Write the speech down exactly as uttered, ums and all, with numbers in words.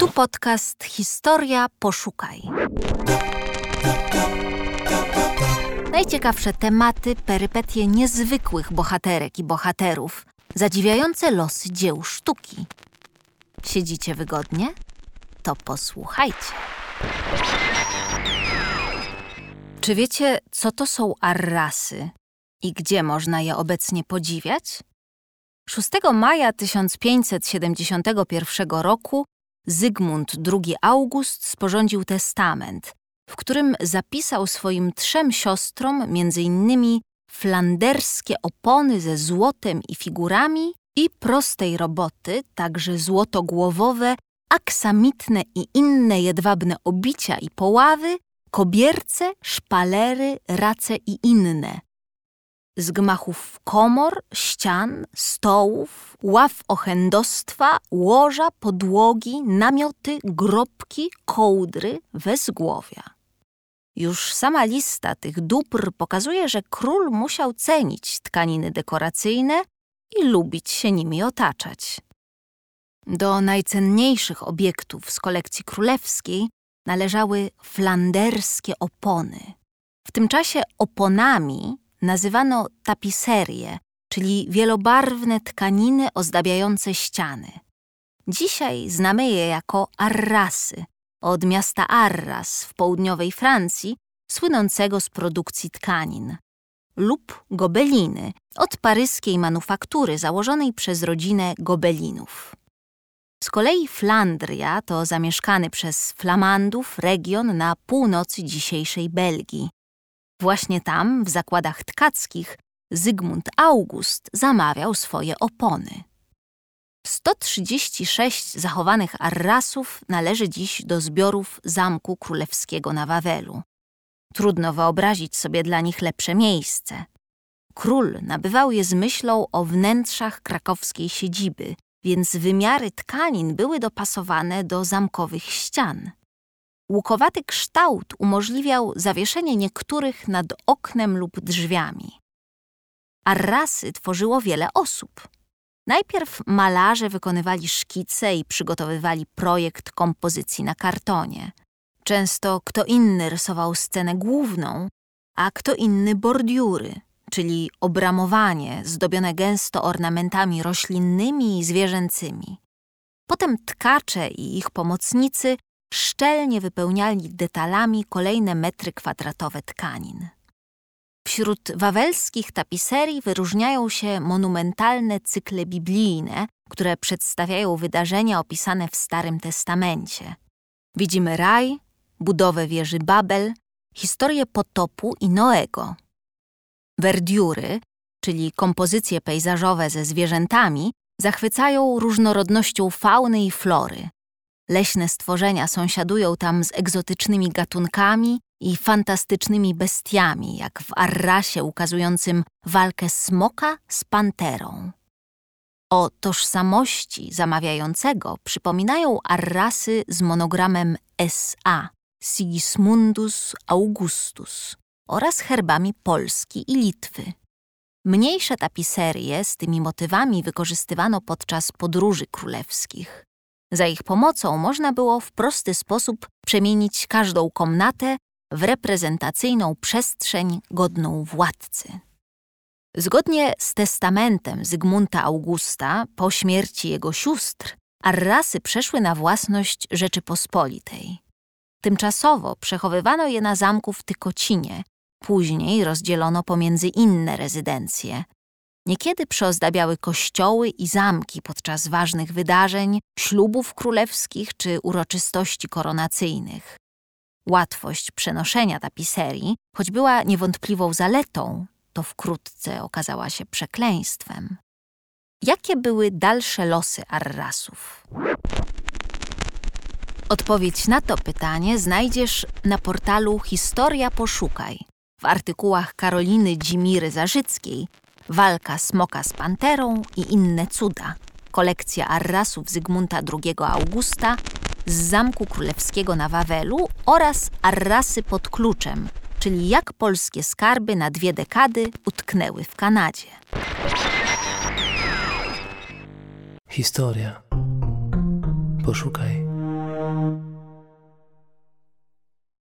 Tu podcast Historia Poszukaj. Najciekawsze tematy, perypetie niezwykłych bohaterek i bohaterów, zadziwiające losy dzieł sztuki. Siedzicie wygodnie? To posłuchajcie. Czy wiecie, co to są arrasy i gdzie można je obecnie podziwiać? szóstego maja tysiąc pięćset siedemdziesiątego pierwszego roku Zygmunt drugi August sporządził testament, w którym zapisał swoim trzem siostrom między innymi flanderskie opony ze złotem i figurami i prostej roboty, także złotogłowowe, aksamitne i inne jedwabne obicia i poławy, kobierce, szpalery, race i inne. Z gmachów komor, ścian, stołów, ław ochendostwa, łoża, podłogi, namioty, grobki, kołdry, wezgłowia. Już sama lista tych dóbr pokazuje, że król musiał cenić tkaniny dekoracyjne i lubić się nimi otaczać. Do najcenniejszych obiektów z kolekcji królewskiej należały flanderskie opony. W tym czasie oponami nazywano tapiserie, czyli wielobarwne tkaniny ozdabiające ściany. Dzisiaj znamy je jako arrasy, od miasta Arras w południowej Francji, słynącego z produkcji tkanin, lub gobeliny, od paryskiej manufaktury założonej przez rodzinę Gobelinów. Z kolei Flandria to zamieszkany przez Flamandów region na północy dzisiejszej Belgii. Właśnie tam, w zakładach tkackich, Zygmunt August zamawiał swoje opony. sto trzydzieści sześć zachowanych arrasów należy dziś do zbiorów Zamku Królewskiego na Wawelu. Trudno wyobrazić sobie dla nich lepsze miejsce. Król nabywał je z myślą o wnętrzach krakowskiej siedziby, więc wymiary tkanin były dopasowane do zamkowych ścian. Łukowaty kształt umożliwiał zawieszenie niektórych nad oknem lub drzwiami. Arrasy tworzyło wiele osób. Najpierw malarze wykonywali szkice i przygotowywali projekt kompozycji na kartonie. Często kto inny rysował scenę główną, a kto inny bordiury, czyli obramowanie zdobione gęsto ornamentami roślinnymi i zwierzęcymi. Potem tkacze i ich pomocnicy szczelnie wypełniali detalami kolejne metry kwadratowe tkanin. Wśród wawelskich tapiserii wyróżniają się monumentalne cykle biblijne, które przedstawiają wydarzenia opisane w Starym Testamencie. Widzimy raj, budowę wieży Babel, historię potopu i Noego. Werdiury, czyli kompozycje pejzażowe ze zwierzętami, zachwycają różnorodnością fauny i flory. Leśne stworzenia sąsiadują tam z egzotycznymi gatunkami i fantastycznymi bestiami, jak w Arrasie ukazującym walkę smoka z panterą. O tożsamości zamawiającego przypominają arrasy z monogramem S A, Sigismundus Augustus, oraz herbami Polski i Litwy. Mniejsze tapiserie z tymi motywami wykorzystywano podczas podróży królewskich. Za ich pomocą można było w prosty sposób przemienić każdą komnatę w reprezentacyjną przestrzeń godną władcy. Zgodnie z testamentem Zygmunta Augusta, po śmierci jego sióstr, arrasy przeszły na własność Rzeczypospolitej. Tymczasowo przechowywano je na zamku w Tykocinie, później rozdzielono pomiędzy inne rezydencje. Niekiedy przyozdabiały kościoły i zamki podczas ważnych wydarzeń, ślubów królewskich czy uroczystości koronacyjnych. Łatwość przenoszenia tapiserii, choć była niewątpliwą zaletą, to wkrótce okazała się przekleństwem. Jakie były dalsze losy arrasów? Odpowiedź na to pytanie znajdziesz na portalu Historia Poszukaj, w artykułach Karoliny Dzimiry-Zarzyckiej, Walka smoka z panterą i inne cuda, kolekcja arrasów Zygmunta drugiego Augusta z Zamku Królewskiego na Wawelu oraz Arrasy pod kluczem, czyli jak polskie skarby na dwie dekady utknęły w Kanadzie. Historia. Poszukaj.